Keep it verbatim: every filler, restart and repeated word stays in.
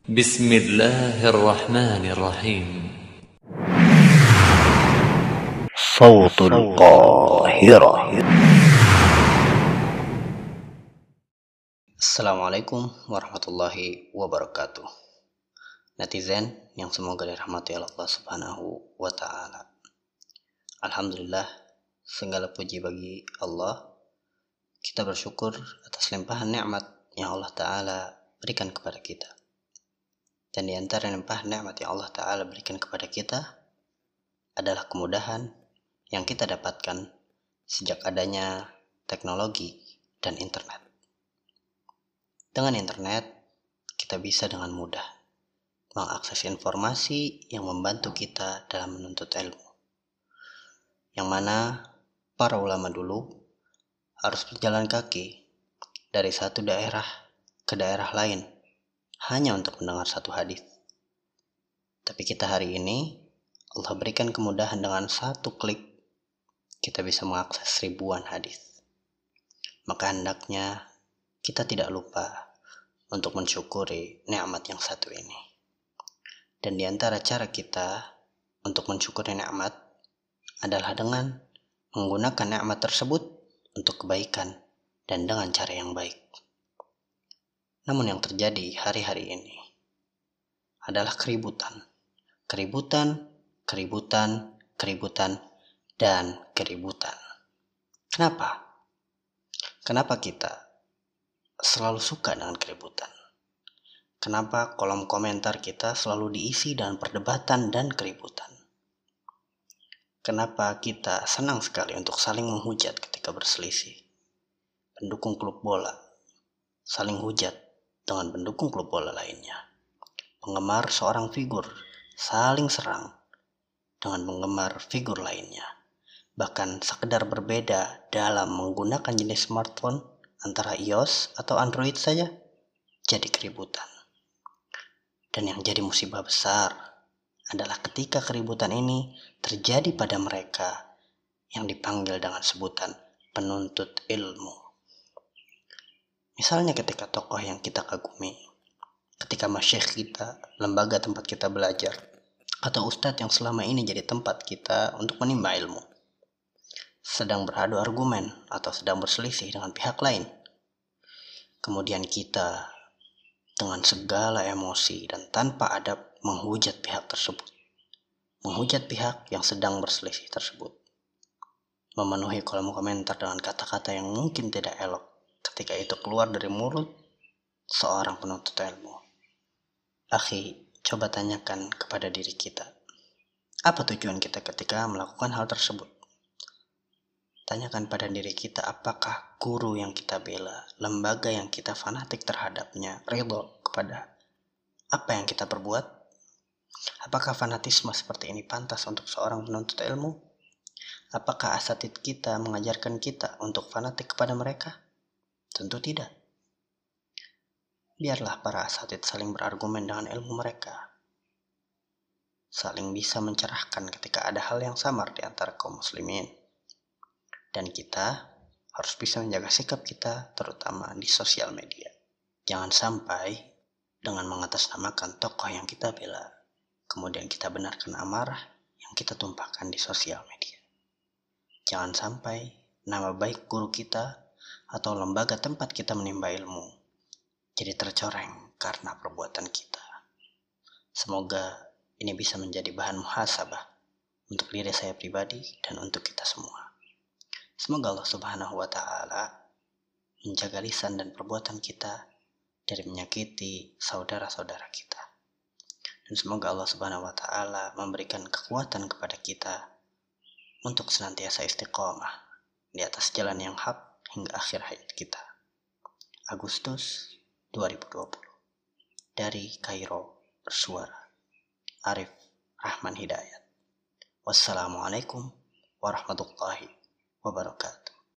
بسم الله الرحمن الرحيم. صوت القاهرة. Assalamualaikum warahmatullahi wabarakatuh. Netizen yang semoga dirahmati Allah Subhanahu wa taala. Alhamdulillah, segala puji bagi Allah. Kita bersyukur atas limpahan nikmat yang Allah taala berikan kepada kita. Dan di antara limpahan nikmat yang Allah taala berikan kepada kita adalah kemudahan yang kita dapatkan sejak adanya teknologi dan internet. Dengan internet, kita bisa dengan mudah mengakses informasi yang membantu kita dalam menuntut ilmu. Yang mana para ulama dulu harus berjalan kaki dari satu daerah ke daerah lain hanya untuk mendengar satu hadis. Tapi kita hari ini, Allah berikan kemudahan dengan satu klik, kita bisa mengakses ribuan hadis. Maka hendaknya kita tidak lupa untuk mensyukuri nikmat yang satu ini. Dan di antara cara kita untuk mensyukuri nikmat adalah dengan menggunakan nikmat tersebut untuk kebaikan dan dengan cara yang baik. Namun yang terjadi hari-hari ini adalah keributan. Keributan, keributan, keributan, dan keributan. Kenapa? Kenapa kita selalu suka dengan keributan? Kenapa kolom komentar kita selalu diisi dengan perdebatan dan keributan? Kenapa kita senang sekali untuk saling menghujat ketika berselisih? Pendukung klub bola saling hujat dengan pendukung klub bola lainnya. Penggemar seorang figur saling serang dengan penggemar figur lainnya. Bahkan sekedar berbeda dalam menggunakan jenis smartphone antara iOS atau Android saja jadi keributan. Dan yang jadi musibah besar adalah ketika keributan ini terjadi pada mereka yang dipanggil dengan sebutan penuntut ilmu. Misalnya ketika tokoh yang kita kagumi, ketika masyayikh kita, lembaga tempat kita belajar, atau ustadz yang selama ini jadi tempat kita untuk menimba ilmu, sedang beradu argumen atau sedang berselisih dengan pihak lain. Kemudian kita dengan segala emosi dan tanpa adab menghujat pihak tersebut. Menghujat pihak yang sedang berselisih tersebut. Memenuhi kolom komentar dengan kata-kata yang mungkin tidak elok ketika itu keluar dari mulut seorang penuntut ilmu. Akhi, coba tanyakan kepada diri kita. Apa tujuan kita ketika melakukan hal tersebut? Tanyakan pada diri kita, apakah guru yang kita bela, lembaga yang kita fanatik terhadapnya, ridho kepada apa yang kita perbuat? Apakah fanatisme seperti ini pantas untuk seorang penuntut ilmu? Apakah asatidz kita mengajarkan kita untuk fanatik kepada mereka? Tentu tidak. Biarlah para asatidz saling berargumen dengan ilmu mereka. Saling bisa mencerahkan ketika ada hal yang samar di antara kaum muslimin. Dan kita harus bisa menjaga sikap kita terutama di sosial media. Jangan sampai dengan mengatasnamakan tokoh yang kita bela, kemudian kita benarkan amarah yang kita tumpahkan di sosial media. Jangan sampai nama baik guru kita atau lembaga tempat kita menimba ilmu jadi tercoreng karena perbuatan kita. Semoga ini bisa menjadi bahan muhasabah untuk diri saya pribadi dan untuk kita semua. Semoga Allah Subhanahu wa taala menjaga lisan dan perbuatan kita dari menyakiti saudara-saudara kita. Dan semoga Allah Subhanahu wa taala memberikan kekuatan kepada kita untuk senantiasa istiqomah di atas jalan yang hak hingga akhir hayat kita. Agustus dua ribu dua puluh. Dari Kairo bersuara Arif Rahman Hidayat. Wassalamualaikum warahmatullahi wabarakatuh.